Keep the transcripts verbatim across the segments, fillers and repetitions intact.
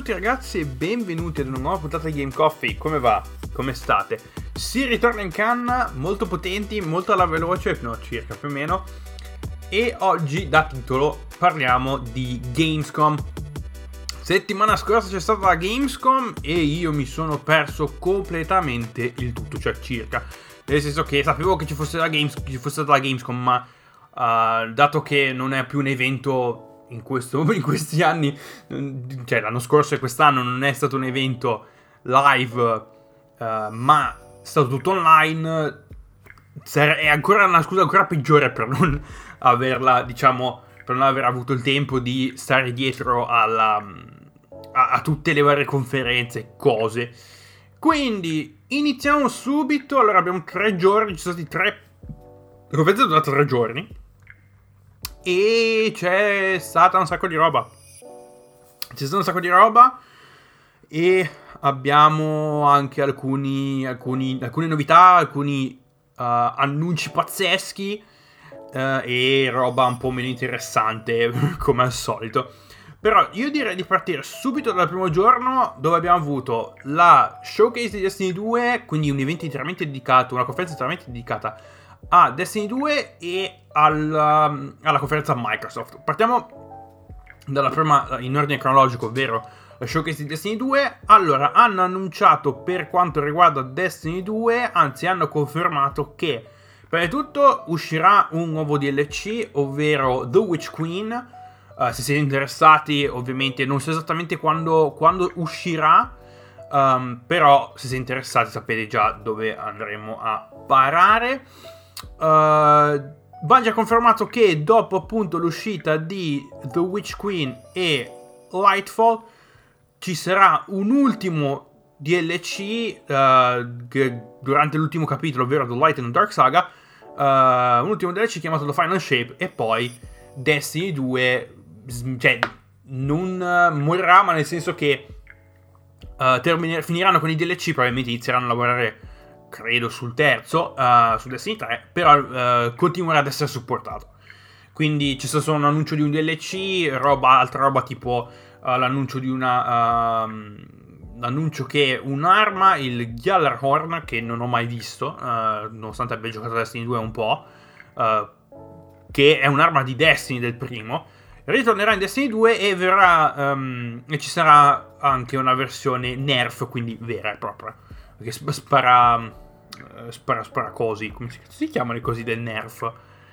tutti ragazzi e benvenuti ad una nuova puntata di Game Coffee. Come va? Come state? Si ritorna in canna, molto potenti, molto alla veloce, no, circa più o meno. E oggi, da titolo, parliamo di Gamescom. Settimana scorsa c'è stata la Gamescom e io mi sono perso completamente il tutto, cioè circa. Nel senso che sapevo che ci fosse la, Games, ci fosse stata la Gamescom, ma uh, dato che non è più un evento in, questo, in questi anni, cioè l'anno scorso e quest'anno non è stato un evento live, uh, ma è stato tutto online, è ancora una scusa ancora peggiore per non averla, diciamo, per non aver avuto il tempo di stare dietro alla, a, a tutte le varie conferenze e cose. Quindi iniziamo subito. Allora abbiamo tre giorni, ci sono stati tre conferenze durate tre giorni e c'è stata un sacco di roba. C'è stata un sacco di roba e abbiamo anche alcuni, alcuni alcune novità, alcuni uh, annunci pazzeschi uh, e roba un po' meno interessante come al solito. Però io direi di partire subito dal primo giorno, dove abbiamo avuto la showcase di Destiny due, quindi un evento interamente dedicato, una conferenza interamente dedicata a Destiny due e alla, alla conferenza Microsoft. Partiamo dalla prima in ordine cronologico, ovvero la showcase di Destiny due. Allora, hanno annunciato per quanto riguarda Destiny due, anzi hanno confermato che prima di tutto uscirà un nuovo D L C, ovvero The Witch Queen. Uh, se siete interessati, ovviamente non so esattamente quando, quando uscirà, um, però se siete interessati sapete già dove andremo a parare. uh, Bungie ha confermato che dopo appunto l'uscita di The Witch Queen e Lightfall ci sarà un ultimo D L C uh, che durante l'ultimo capitolo, ovvero The Light and Dark Saga, uh, un ultimo D L C chiamato The Final Shape, e poi Destiny due, cioè, non uh, morirà, ma nel senso che uh, terminer- finiranno con i D L C, probabilmente inizieranno a lavorare, credo, sul terzo, uh, su Destiny tre, però uh, continuerà ad essere supportato. Quindi c'è stato un annuncio di un D L C, roba, altra roba tipo uh, l'annuncio di una... Uh, l'annuncio che un'arma, il Gjallarhorn, che non ho mai visto, uh, nonostante abbia giocato a Destiny due un po', uh, che è un'arma di Destiny del primo, ritornerà in Destiny due e verrà um, e ci sarà anche una versione nerf, quindi vera e propria, perché spara uh, spara, spara cosi, come si, si chiamano i cosi del nerf,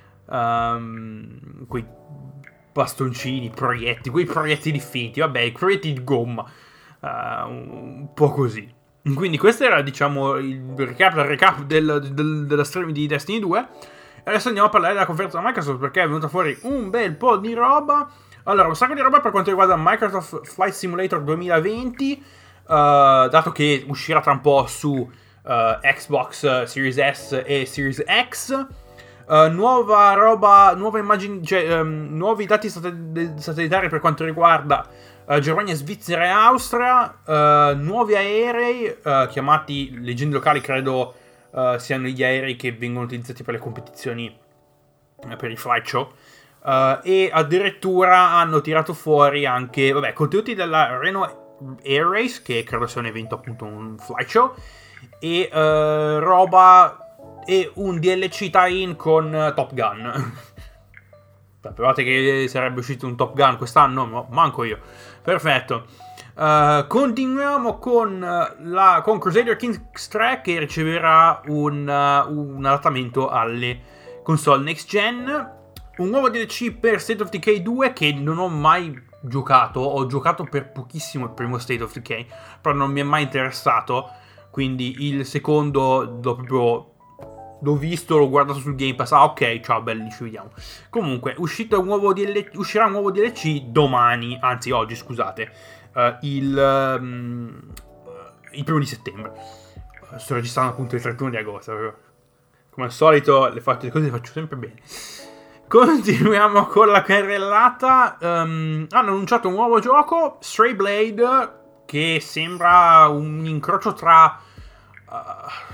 um, quei bastoncini, proiettili, quei proiettili finti, vabbè, i proiettili di gomma, uh, un po' così. Quindi questo era, diciamo, il recap, il recap del, del, della stream di Destiny due. Adesso andiamo a parlare della conferenza di Microsoft, perché è venuta fuori un bel po' di roba. Allora, un sacco di roba per quanto riguarda Microsoft Flight Simulator duemilaventi, uh, dato che uscirà tra un po' su uh, Xbox Series S e Series X. Uh, nuova roba, nuove immagini, cioè um, nuovi dati sat- satellitari per quanto riguarda uh, Germania, Svizzera e Austria. Uh, nuovi aerei uh, chiamati leggende locali, credo Uh, siano gli aerei che vengono utilizzati per le competizioni, uh, per i flight show, uh, e addirittura hanno tirato fuori anche, vabbè, contenuti della Renault Air Race, che credo sia un evento, appunto un flight show, e uh, roba, e un D L C tie-in con uh, Top Gun. Sapevate che sarebbe uscito un Top Gun quest'anno? No, manco io. Perfetto. Uh, continuiamo con, uh, la, con Crusader Kings tre, che riceverà un, uh, un adattamento alle console next gen. Un nuovo D L C per State of Decay due, che non ho mai giocato. Ho giocato per pochissimo il primo State of Decay, però non mi è mai interessato. Quindi il secondo l'ho proprio... l'ho visto, l'ho guardato sul Game Pass. Ah, ok, ciao belli, ci vediamo. Comunque, uscito un nuovo D L C, uscirà un nuovo D L C domani, anzi oggi, scusate, uh, il, um, il primo di settembre. Sto registrando appunto il trentuno di agosto. Come al solito, le, faccio, le cose le faccio sempre bene. Continuiamo con la carrellata. Um, hanno annunciato un nuovo gioco, Stray Blade, che sembra un incrocio tra... Uh,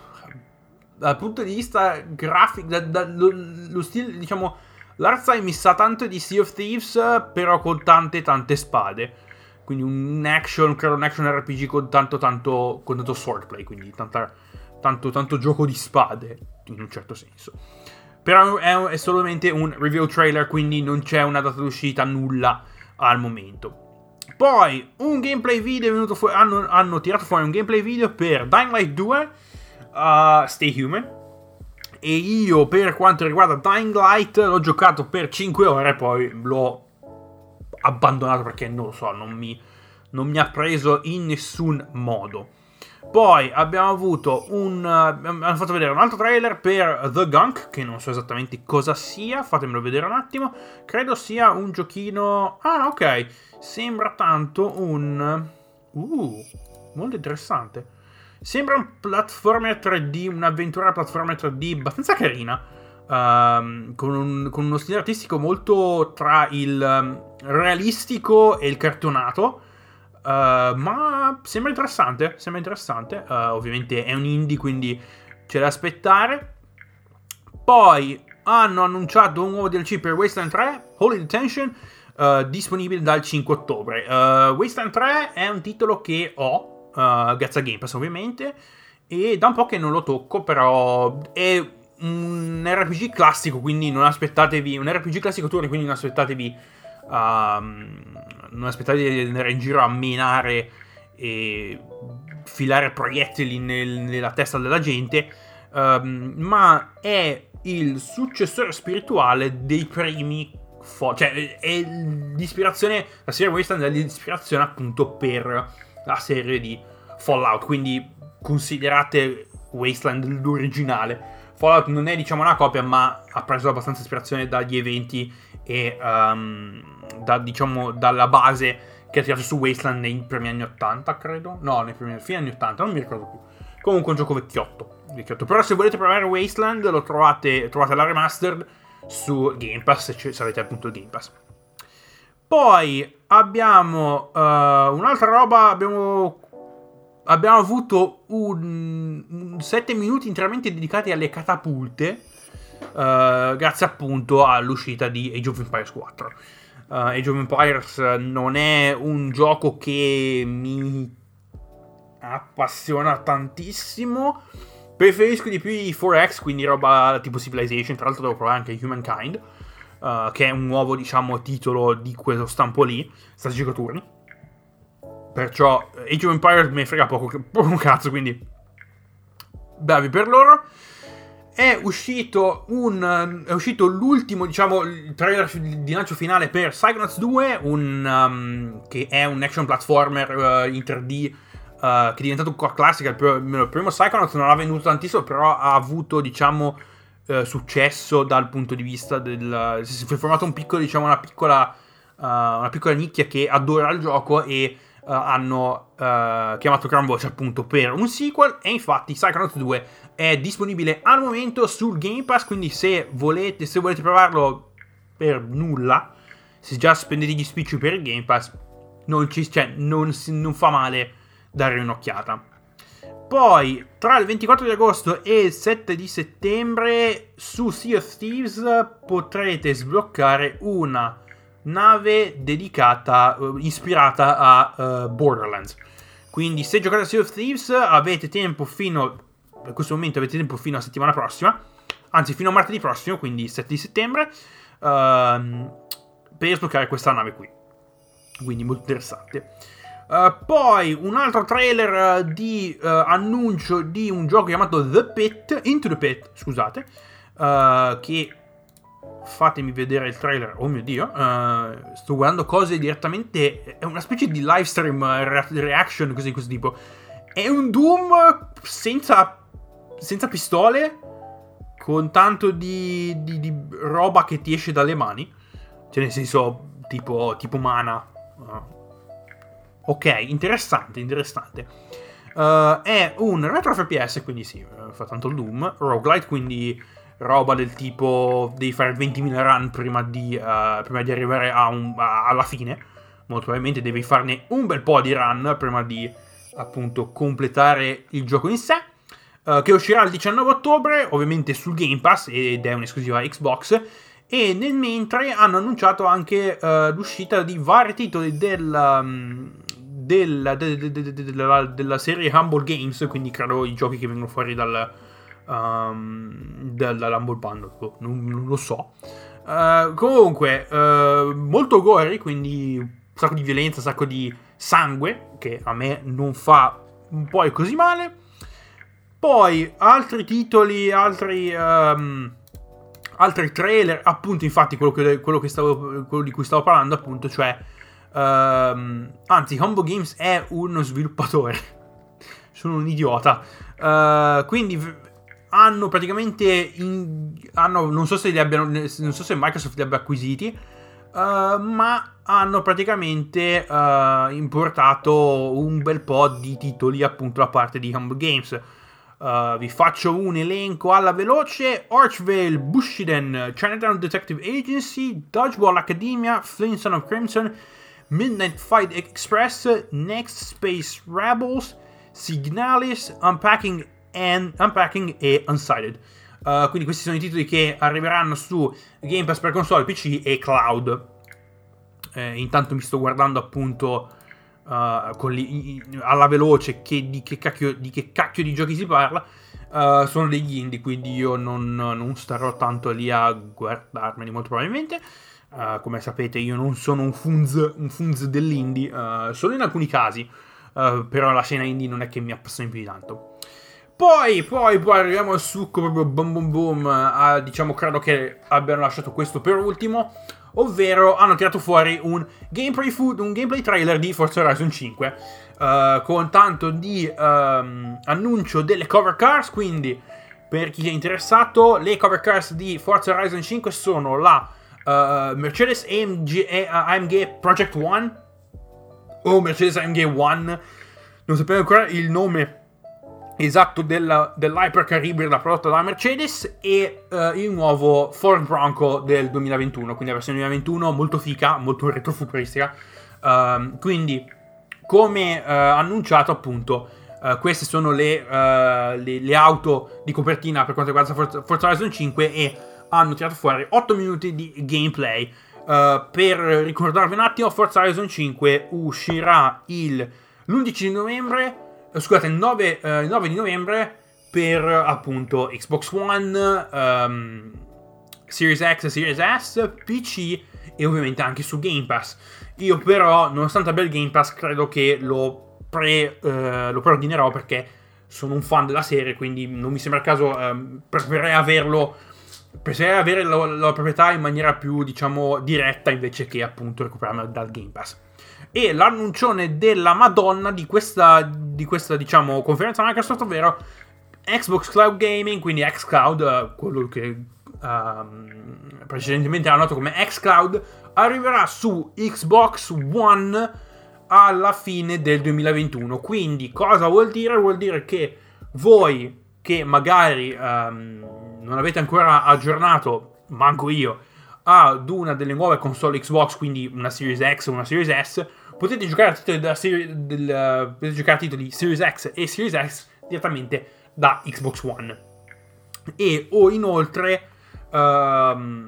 dal punto di vista grafico, da, da, lo, lo stile, diciamo, l'art style mi sa tanto di Sea of Thieves, però con tante tante spade. quindi un action, credo un action R P G con tanto tanto, con tanto swordplay, quindi tanta, tanto, tanto gioco di spade, in un certo senso. Però è, è solamente un review trailer, quindi non c'è una data d'uscita, nulla al momento. Poi un gameplay video è venuto fuori, hanno, hanno tirato fuori un gameplay video per Dying Light due, uh, Stay Human. E io, per quanto riguarda Dying Light, l'ho giocato per cinque ore e poi l'ho abbandonato perché non lo so, non mi, non mi ha preso in nessun modo. Poi abbiamo avuto un uh, hanno fatto vedere un altro trailer per The Gunk, che non so esattamente cosa sia, fatemelo vedere un attimo. Credo sia un giochino, ah ok, sembra tanto un uh molto interessante. Sembra un platformer tre D, un'avventura platformer tre D abbastanza carina, um, con, un, con uno stile artistico molto tra il um, realistico e il cartonato. Uh, ma sembra interessante, sembra interessante. Uh, ovviamente è un indie, quindi c'è da aspettare. Poi hanno annunciato un nuovo D L C per Wasteland tre, Holy Detention, uh, disponibile dal cinque ottobre. Uh, Wasteland tre è un titolo che ho, uh, grazie a Game Pass ovviamente, e da un po' che non lo tocco, però è un R P G classico, quindi non aspettatevi, un R P G classico turni, quindi non aspettatevi Um, non aspettatevi di andare in giro a menare e filare proiettili nel, nella testa della gente, um, ma è il successore spirituale dei primi fo- cioè è l'ispirazione, la serie Wasteland è l'ispirazione appunto per la serie di Fallout, quindi considerate Wasteland l'originale. Fallout non è diciamo una copia, ma ha preso abbastanza ispirazione dagli eventi e um, da, diciamo dalla base che ha tirato su Wasteland nei primi anni ottanta, credo. No, nei primi fine anni ottanta, non mi ricordo più. Comunque un gioco vecchiotto, vecchiotto. Però se volete provare Wasteland lo trovate, trovate la remastered su Game Pass, se, se avete appunto il Game Pass. Poi abbiamo uh, un'altra roba, abbiamo abbiamo avuto un, un sette minuti interamente dedicati alle catapulte, uh, grazie appunto all'uscita di Age of Empires quattro. Uh, Age of Empires non è un gioco che mi appassiona tantissimo, preferisco di più i quattro X, quindi roba tipo Civilization. Tra l'altro devo provare anche Humankind, uh, che è un nuovo diciamo titolo di quello stampo lì, strategico turni. Perciò Age of Empires me ne frega poco, poco un cazzo, quindi bravi per loro. È uscito un è uscito l'ultimo, diciamo, il trailer di lancio finale per Psychonauts due, un um, che è un action platformer uh, in tre D uh, che è diventato un core classic. Il primo, il primo Psychonauts non ha venduto tantissimo, però ha avuto diciamo uh, successo dal punto di vista del si è formato un piccolo, diciamo, una piccola uh, una piccola nicchia che adora il gioco e Uh, hanno uh, chiamato Crown Voice appunto per un sequel. E infatti Psychonauts due è disponibile al momento sul Game Pass, quindi se volete se volete provarlo per nulla, se già spendete gli spicci per il Game Pass, non, ci, cioè, non, non fa male dare un'occhiata. Poi tra il ventiquattro di agosto e il sette di settembre su Sea of Thieves potrete sbloccare una nave dedicata, uh, ispirata a uh, Borderlands. Quindi se giocate a Sea of Thieves avete tempo fino, a questo momento avete tempo fino a settimana prossima, anzi fino a martedì prossimo, quindi sette di settembre, uh, per sbloccare questa nave qui. Quindi molto interessante. Uh, poi un altro trailer uh, di uh, annuncio di un gioco chiamato The Pit, Into the Pit, scusate, uh, che fatemi vedere il trailer, oh mio dio, uh, sto guardando cose direttamente, è una specie di live stream re- reaction, così di questo tipo. È un Doom senza senza pistole, con tanto di, di, di roba che ti esce dalle mani, cioè nel senso tipo, tipo mana. Uh. Ok, interessante, interessante. Uh, è un retro F P S, quindi sì, fa tanto il Doom. Roguelite, quindi roba del tipo devi fare ventimila run prima di, uh, prima di arrivare a un, a, alla fine. Molto probabilmente devi farne un bel po' di run prima di appunto completare il gioco in sé, uh, che uscirà il diciannove ottobre ovviamente sul Game Pass ed è un'esclusiva Xbox. E nel mentre hanno annunciato anche uh, l'uscita di vari titoli del, um, del, de, de, de, de, de, della, della serie Humble Games, quindi credo i giochi che vengono fuori dal, um, dal, dall'Humble Bundle, non, non lo so. Uh, comunque, uh, molto gory, quindi un sacco di violenza, un sacco di sangue, che a me non fa un po' così male. Poi altri titoli, altri... Um, altri trailer, appunto, infatti quello, che, quello, che stavo, quello di cui stavo parlando, appunto, cioè um, anzi, Humble Games è uno sviluppatore. Sono un idiota. Uh, quindi hanno praticamente in, hanno, non so se li abbiano, non so se Microsoft li abbia acquisiti, uh, ma hanno praticamente uh, importato un bel po' di titoli, appunto, da parte di Humble Games. Uh, vi faccio un elenco alla veloce: Archvale, Bushiden, Chinatown Detective Agency, Dodgeball Academia, Flintstone of Crimson, Midnight Fight Express, Next Space Rebels, Signalis, Unpacking, and, Unpacking e Unsighted. Uh, quindi questi sono i titoli che arriveranno su Game Pass per console, P C e cloud. Eh, intanto mi sto guardando, appunto, Uh, con li, alla veloce che, di, che cacchio, di che cacchio di giochi si parla. Uh, sono degli indie, quindi io non, non starò tanto lì a guardarmeli, molto probabilmente. Uh, come sapete, io non sono un funz, un funz dell'indie, uh, solo in alcuni casi, uh, però la scena indie non è che mi appassioni più di tanto. Poi, poi, poi arriviamo al succo, proprio boom boom boom. Uh, diciamo, credo che abbiano lasciato questo per ultimo, ovvero hanno tirato fuori un gameplay, food, un gameplay trailer di Forza Horizon cinque, uh, con tanto di um, annuncio delle cover cars. Quindi, per chi è interessato, le cover cars di Forza Horizon cinque sono la uh, Mercedes A M G, A M G Project One, o Mercedes A M G One, non sapevo ancora il nome esatto della, dell'hypercar ibrida prodotta dalla Mercedes, e uh, il nuovo Ford Bronco del duemilaventuno, quindi la versione duemilaventuno, molto fica, molto retrofuturistica. Uh, quindi, come uh, annunciato, appunto, uh, queste sono le, uh, le, le auto di copertina per quanto riguarda Forza, Forza Horizon cinque, e hanno tirato fuori otto minuti di gameplay. Uh, per ricordarvi un attimo, Forza Horizon cinque uscirà il, l'undici di novembre, scusate, il nove, eh, il nove di novembre per, appunto, Xbox One, um, Series X, Series S, P C e ovviamente anche su Game Pass. Io però, nonostante abbia il Game Pass, credo che lo, pre, eh, lo preordinerò, perché sono un fan della serie, quindi non mi sembra il caso. eh, preferirei averlo, preferirei avere la, la proprietà in maniera più, diciamo, diretta, invece che, appunto, recuperarla dal Game Pass. E l'annuncione della Madonna di questa, di questa, diciamo, conferenza Microsoft, ovvero Xbox Cloud Gaming, quindi xCloud, uh, quello che um, precedentemente era noto come xCloud, arriverà su Xbox One alla fine del duemilaventuno. Quindi cosa vuol dire? Vuol dire che voi, che magari um, non avete ancora aggiornato, manco io, ad una delle nuove console Xbox, quindi una Series X o una Series S, potete giocare a titoli della serie, del, uh, potete giocare a titoli Series X e Series X direttamente da Xbox One. E o inoltre um,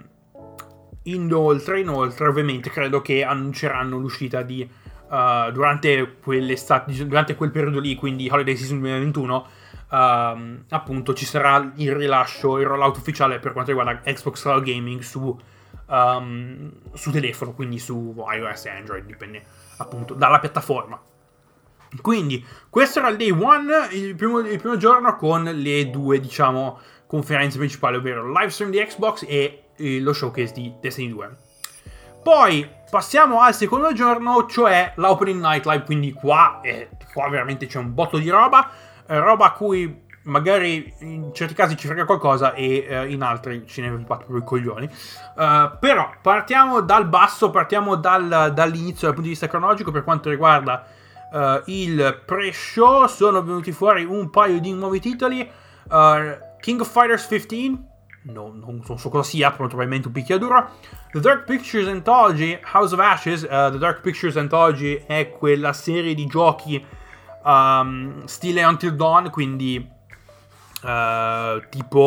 inoltre inoltre ovviamente credo che annunceranno l'uscita di uh, durante quell'estate, durante quel periodo lì, quindi Holiday Season duemilaventuno, um, appunto ci sarà il rilascio, il rollout ufficiale per quanto riguarda Xbox Cloud Gaming su um, su telefono, quindi su iOS e Android, dipende appunto dalla piattaforma. Quindi questo era il day one, il primo, il primo giorno, con le due, diciamo, conferenze principali, ovvero il live stream di Xbox e eh, lo showcase di Destiny due. Poi passiamo al secondo giorno, cioè la Opening Night Live. Quindi qua, eh, qua veramente c'è un botto di roba, eh, roba a cui magari in certi casi ci frega qualcosa e eh, in altri ce ne batto proprio i coglioni. Uh, però partiamo dal basso, partiamo dal, dall'inizio dal punto di vista cronologico. Per quanto riguarda uh, il pre-show, sono venuti fuori un paio di nuovi titoli. uh, King of Fighters quindici, no, non so cosa sia, probabilmente un picchiaduro. The Dark Pictures Anthology, House of Ashes. uh, The Dark Pictures Anthology è quella serie di giochi um, stile Until Dawn, quindi Uh, tipo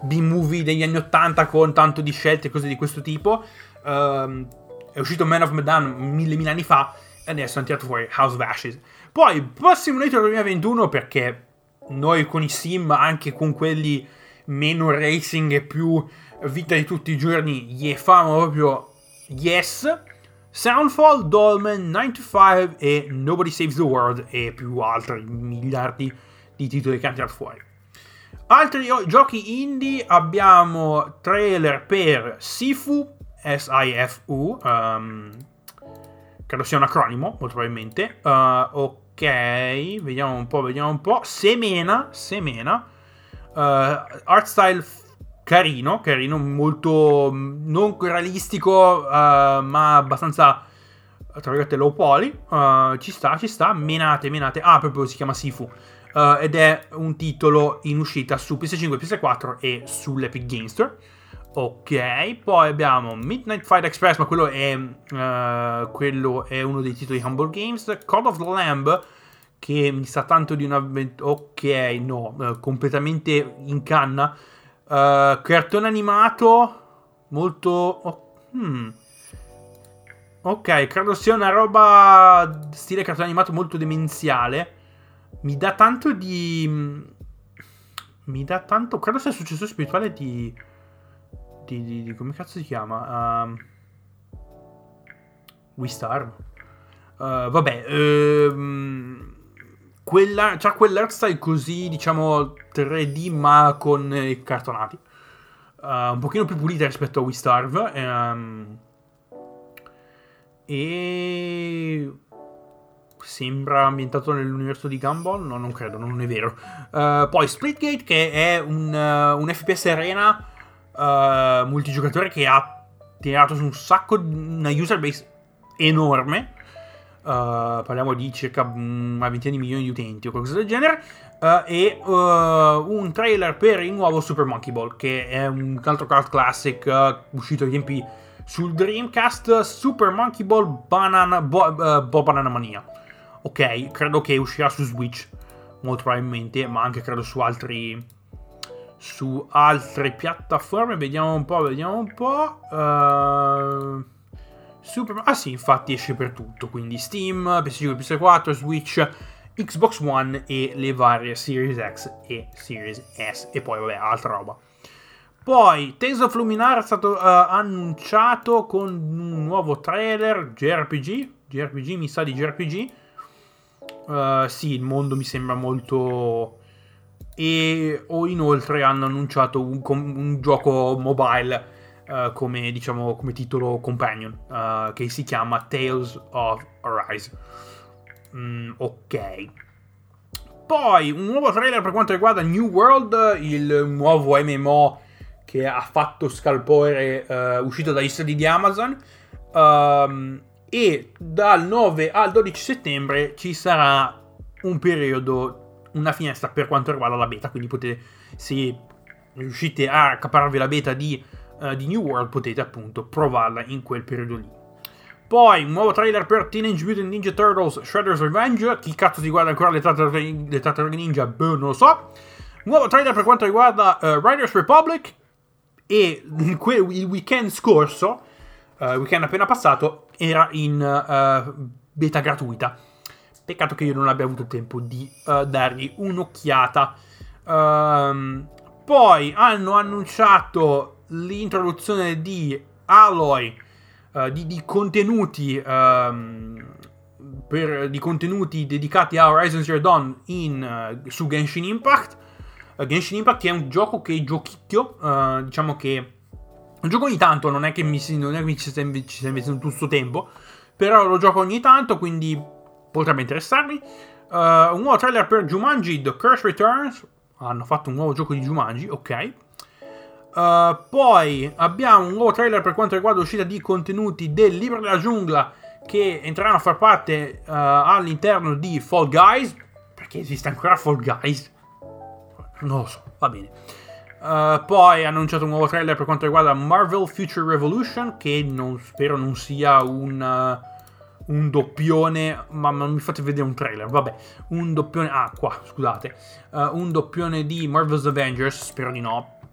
B-movie degli anni ottanta con tanto di scelte e cose di questo tipo. Um, è uscito Man of Medan mille mille anni fa e adesso hanno tirato fuori House of Ashes. Poi Pro Simulator duemilaventuno, perché noi con i sim, anche con quelli meno racing e più vita di tutti i giorni, gli famo proprio yes. Soundfall, Dolmen, nine to five e Nobody Saves the World e più altri miliardi di titoli che hanno tirato fuori. Altri giochi indie, abbiamo trailer per Sifu, S I F U, um, credo sia un acronimo, molto probabilmente. Uh, ok, vediamo un po', vediamo un po'. Semena, Semena, uh, art style f- carino, carino, molto non realistico, uh, ma abbastanza, tra virgolette, low poly. Uh, ci sta, ci sta. Menate, menate. Ah, proprio si chiama Sifu. Uh, ed è un titolo in uscita su P S cinque, P S quattro e sull'Epic Game Store. Ok, poi abbiamo Midnight Fight Express, ma quello è, uh, quello è uno dei titoli Humble Games. Code of the Lamb, che mi sa tanto di una... Ok, no, uh, completamente in canna. Uh, cartone animato molto... Oh, hmm. Ok, credo sia una roba stile cartone animato molto demenziale. Mi dà tanto di... Mi dà tanto... Credo sia il successore spirituale di... Di, di, di... Come cazzo si chiama? Um, We Starve. Uh, vabbè. Um, quella... C'ha quell'art style così, diciamo, tre D ma con i cartonati. Uh, un pochino più pulita rispetto a We Starve. Um, e... Sembra ambientato nell'universo di Gumball. No, non credo, non è vero. Uh, poi Splitgate, che è un, uh, un F P S arena uh, multigiocatore che ha tirato su un sacco, una user base enorme. Uh, parliamo di circa una ventina di milioni di utenti o qualcosa del genere. Uh, e uh, un trailer per il nuovo Super Monkey Ball, che è un altro card classic uh, uscito ai tempi sul Dreamcast. Super Monkey Ball Banana Bo- uh, Bo Banana Mania. Ok, credo che uscirà su Switch, molto probabilmente, ma anche credo su altri su altre piattaforme. Vediamo un po', vediamo un po'. Uh, Super... Ah sì, infatti esce per tutto, quindi Steam, P S cinque, P S quattro, Switch, Xbox One e le varie Series X e Series S. E poi, vabbè, altra roba. Poi, Tales of Luminar è stato uh, annunciato con un nuovo trailer, J R P G. J R P G, mi sa di J R P G. Uh, sì, il mondo mi sembra molto... E o inoltre hanno annunciato un, un gioco mobile uh, come, diciamo, come titolo companion, uh, che si chiama Tales of Arise. Mm, ok. Poi un nuovo trailer per quanto riguarda New World, il nuovo M M O che ha fatto scalpore, uh, uscito dagli studi di Amazon. Um, e dal nove al dodici settembre ci sarà un periodo, una finestra per quanto riguarda la beta, quindi potete, se riuscite a accaparrarvi la beta di, uh, di New World, potete appunto provarla in quel periodo lì. Poi un nuovo trailer per Teenage Mutant Ninja Turtles Shredder's Revenge. Chi cazzo ti guarda ancora le Tartarughe Ninja? Boh, non lo so. Nuovo trailer per quanto riguarda uh, Riders Republic. E il, il weekend scorso, uh, il weekend appena passato, era in uh, beta gratuita. Peccato che io non abbia avuto tempo di uh, dargli un'occhiata. Um, poi hanno annunciato l'introduzione di Alloy, uh, di, di contenuti um, per, di contenuti dedicati a Horizon Zero Dawn in, uh, su Genshin Impact. Uh, Genshin Impact, che è un gioco che giochicchio, uh, diciamo che lo gioco ogni tanto, non è che mi, non è che mi ci sta investendo tutto questo tempo, però lo gioco ogni tanto, quindi potrebbe interessarmi. Uh, un nuovo trailer per Jumanji The Curse Returns. Hanno fatto un nuovo gioco di Jumanji, ok. Uh, poi abbiamo un nuovo trailer per quanto riguarda l'uscita di contenuti del Libro della Giungla, che entreranno a far parte uh, all'interno di Fall Guys. Perché esiste ancora Fall Guys? Non lo so, va bene. Uh, poi hanno annunciato un nuovo trailer per quanto riguarda Marvel Future Revolution, che non, spero non sia un, uh, un doppione, ma non mi fate vedere un trailer, vabbè, un doppione, ah qua, scusate, uh, un doppione di Marvel's Avengers, spero di no,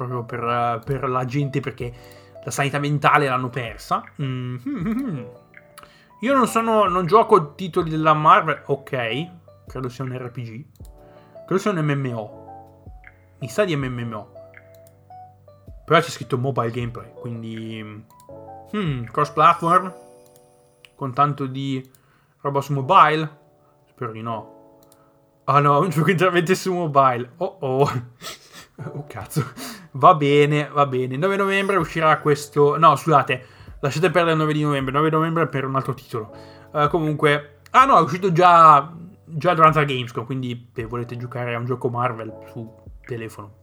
proprio per, per la gente, perché la sanità mentale l'hanno persa. Mm-hmm. Io non sono, non gioco titoli della Marvel, ok, credo sia un R P G, credo sia un M M O, mi sa di M M O, però c'è scritto mobile gameplay, quindi hmm, cross platform, con tanto di roba su mobile, spero di no. Ah no, un gioco interamente su mobile, oh oh, oh cazzo, va bene, va bene, nove novembre uscirà questo, no scusate, lasciate perdere il nove di novembre, nove novembre per un altro titolo. Uh, comunque, ah no, è uscito già, già durante la Gamescom, quindi se volete giocare a un gioco Marvel su telefono,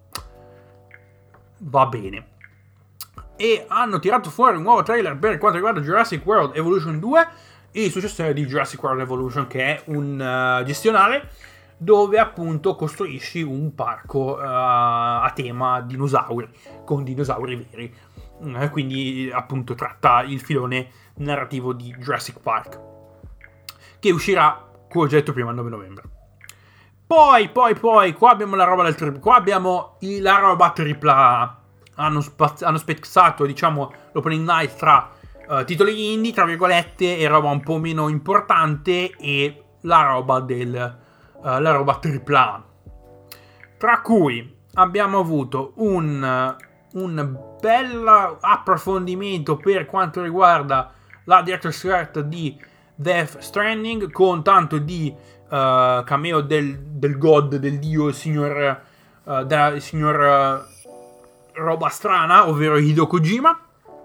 va bene. E hanno tirato fuori un nuovo trailer per quanto riguarda Jurassic World Evolution due, il successore di Jurassic World Evolution, che è un uh, gestionale dove appunto costruisci un parco uh, a tema dinosauri, con dinosauri veri. Uh, quindi appunto tratta il filone narrativo di Jurassic Park, che uscirà, come ho detto prima, il nove novembre. Poi, poi, poi, qua abbiamo la roba del tripla, qua abbiamo il, la roba tripla. Hanno, spaz- hanno spezzato, diciamo, l'opening night tra uh, titoli indie, tra virgolette, e roba un po' meno importante, e la roba del uh, la roba tripla. Tra cui abbiamo avuto un, un bel approfondimento per quanto riguarda la director's cut di Death Stranding, con tanto di uh, cameo del, del god, del dio, il signor, uh, della, il signor uh, roba strana, ovvero Hideo Kojima.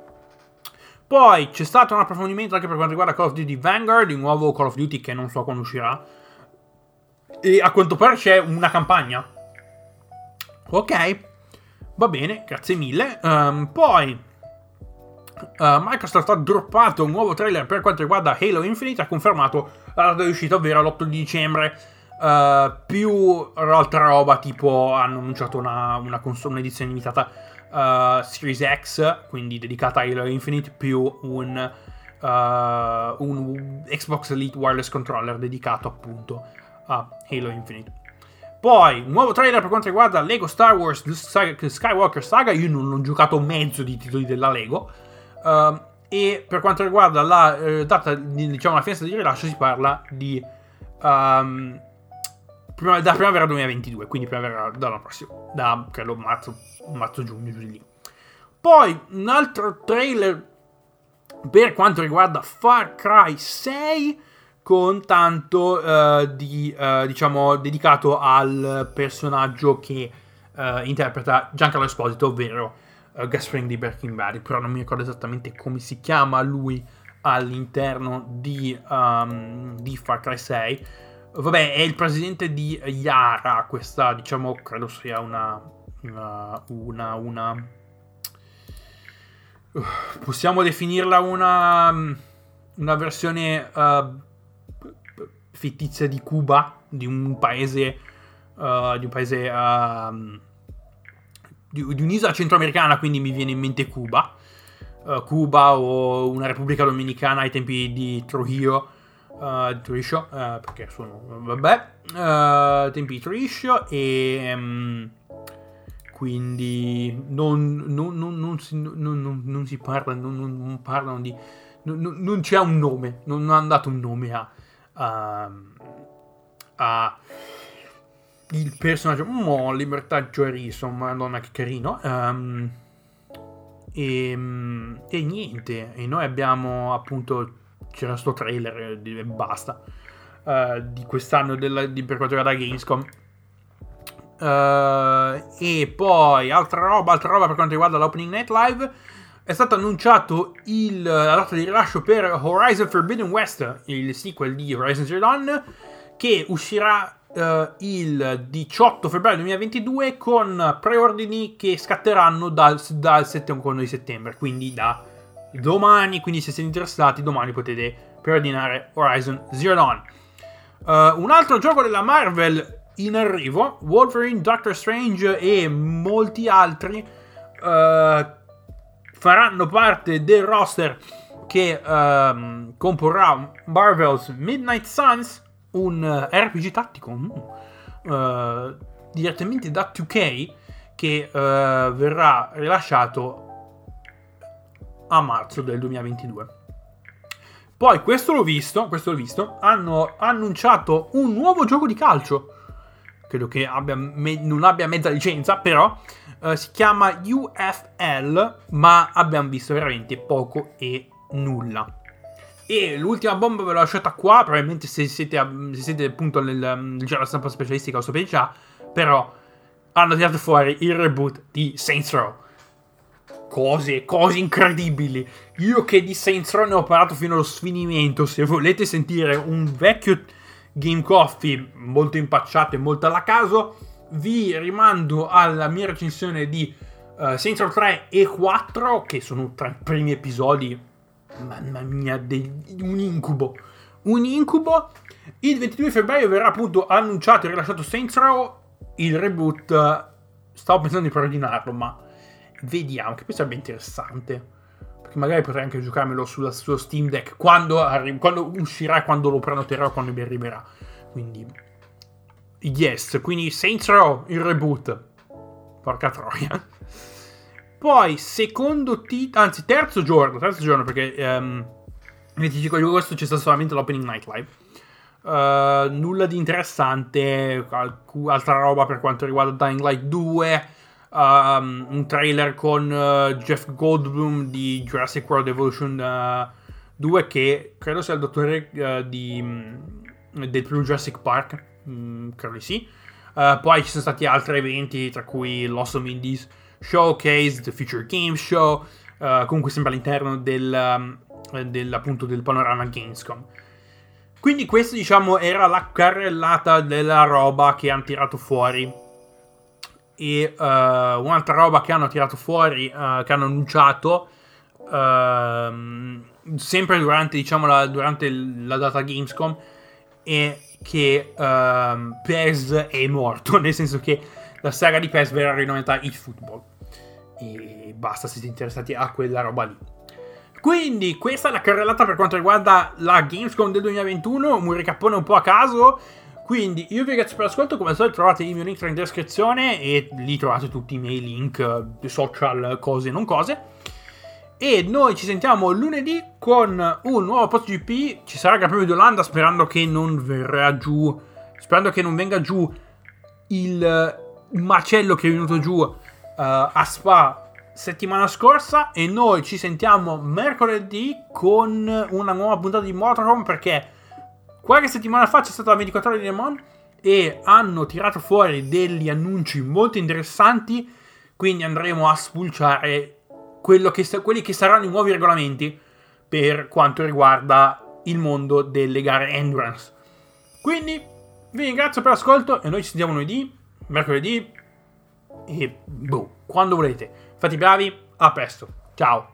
Poi c'è stato un approfondimento anche per quanto riguarda Call of Duty Vanguard, il nuovo Call of Duty che non so quando uscirà, e a quanto pare c'è una campagna. Ok, va bene, grazie mille. Um, poi uh, Microsoft ha droppato un nuovo trailer per quanto riguarda Halo Infinite, ha confermato la data di uscita, ovvero l'otto di dicembre. Uh, più altra roba, tipo hanno annunciato una, una console, un'edizione limitata uh, Series X, quindi dedicata a Halo Infinite, più un, uh, un Xbox Elite Wireless Controller dedicato appunto a Halo Infinite. Poi un nuovo trailer per quanto riguarda Lego Star Wars The Skywalker Saga. Io non ho giocato mezzo di titoli della Lego, uh, e per quanto riguarda la uh, data, diciamo la finestra di rilascio, si parla di um, Prima, da primavera duemilaventidue, quindi primavera dall'anno prossimo, da credo marzo, marzo-giugno, giù di lì. Poi un altro trailer per quanto riguarda Far Cry sei, con tanto uh, di, uh, diciamo, dedicato al personaggio che uh, interpreta Giancarlo Esposito, ovvero uh, Gus Fring di Breaking Bad, però non mi ricordo esattamente come si chiama lui all'interno di, um, di Far Cry sei. Vabbè, è il presidente di Yara, questa, diciamo, credo sia una una una, una uh, possiamo definirla una una versione uh, fittizia di Cuba, di un paese uh, di un paese uh, di, di un'isola centroamericana, quindi mi viene in mente Cuba, uh, Cuba o una Repubblica Dominicana ai tempi di Trujillo. Uh, Trujillo, uh, perché sono vabbè uh, tempi di Trujillo, e um, quindi non, non, non, non, si, non, non, non si parla non, non parlano di non, non c'è un nome, non hanno dato un nome a, a, a il personaggio. Oh, Libertà Joyson, madonna che carino. um, e, e niente, e noi abbiamo appunto, c'era sto trailer e basta uh, di quest'anno della, di, per quanto riguarda Gamescom. Uh, e poi altra roba altra roba per quanto riguarda l'Opening Night Live, è stato annunciato il, la data di rilascio per Horizon Forbidden West, il sequel di Horizon Zero Dawn, che uscirà uh, il diciotto febbraio duemilaventidue, con preordini che scatteranno dal, dal secondo di settembre, quindi da domani. Quindi se siete interessati, domani potete preordinare Horizon Zero Dawn. Uh, un altro gioco della Marvel in arrivo, Wolverine, Doctor Strange e molti altri uh, faranno parte del roster che uh, comporrà Marvel's Midnight Suns, un uh, R P G tattico mm, uh, direttamente da due K, che uh, verrà rilasciato a marzo del duemilaventidue. Poi questo l'ho visto, questo l'ho visto, hanno annunciato un nuovo gioco di calcio, credo che abbia me- non abbia mezza licenza, però uh, si chiama U F L, ma abbiamo visto veramente poco e nulla. E l'ultima bomba ve l'ho lasciata qua, probabilmente se siete, se siete appunto nel, nel giorno stampa specialistica lo sapete già, però hanno tirato fuori il reboot di Saints Row. Cose, cose incredibili. Io che di Saints Row ne ho parlato fino allo sfinimento. Se volete sentire un vecchio Game Coffee molto impacciato e molto alla caso, vi rimando alla mia recensione di uh, Saints Row tre e quattro, che sono tra i primi episodi. Mamma mia, dei, un incubo. Un incubo. Il ventidue febbraio verrà appunto annunciato e rilasciato Saints Row. Il reboot, stavo pensando di preordinarlo, ma vediamo, che poi sarebbe interessante, perché magari potrei anche giocarmelo sulla, sullo Steam Deck quando, arri- quando uscirà e quando lo prenoterò, quando mi arriverà. Quindi yes, quindi Saints Row, il reboot, porca troia. Poi secondo titolo, anzi terzo giorno terzo giorno perché um, il venticinque di agosto c'è stato solamente l'opening night live. Uh, nulla di interessante, altra roba per quanto riguarda Dying Light due, um, un trailer con uh, Jeff Goldblum di Jurassic World Evolution uh, due, che credo sia il dottore uh, di, um, del primo Jurassic Park, mm, credo di sì. Uh, poi ci sono stati altri eventi, tra cui l'Awesome Indies Showcase, The Future Games Show, uh, comunque sempre all'interno del, um, del, appunto, del panorama Gamescom. Quindi questa, diciamo, era la carrellata della roba che hanno tirato fuori. E uh, un'altra roba che hanno tirato fuori, uh, che hanno annunciato, uh, sempre durante, diciamo, la, durante la data Gamescom, è che uh, P E S è morto, nel senso che la saga di P E S verrà rinominata eFootball. E basta, se siete interessati a quella roba lì. Quindi questa è la carrellata per quanto riguarda la Gamescom del duemilaventuno, un ricappone un po' a caso. Quindi io vi ringrazio per l'ascolto, come al solito trovate il mio link in descrizione e lì trovate tutti i miei link, social, cose e non cose. E noi ci sentiamo lunedì con un nuovo post G P, ci sarà il Gran Premio d'Olanda, sperando che non verrà giù, sperando che non venga giù il macello che è venuto giù uh, a Spa settimana scorsa. E noi ci sentiamo mercoledì con una nuova puntata di Motorhome, perché qualche settimana fa c'è stata la ventiquattro ore di Le Mans e hanno tirato fuori degli annunci molto interessanti, quindi andremo a spulciare quello che, quelli che saranno i nuovi regolamenti per quanto riguarda il mondo delle gare endurance. Quindi vi ringrazio per l'ascolto e noi ci sentiamo lunedì, mercoledì e boh, quando volete. Fate i bravi, a presto, ciao.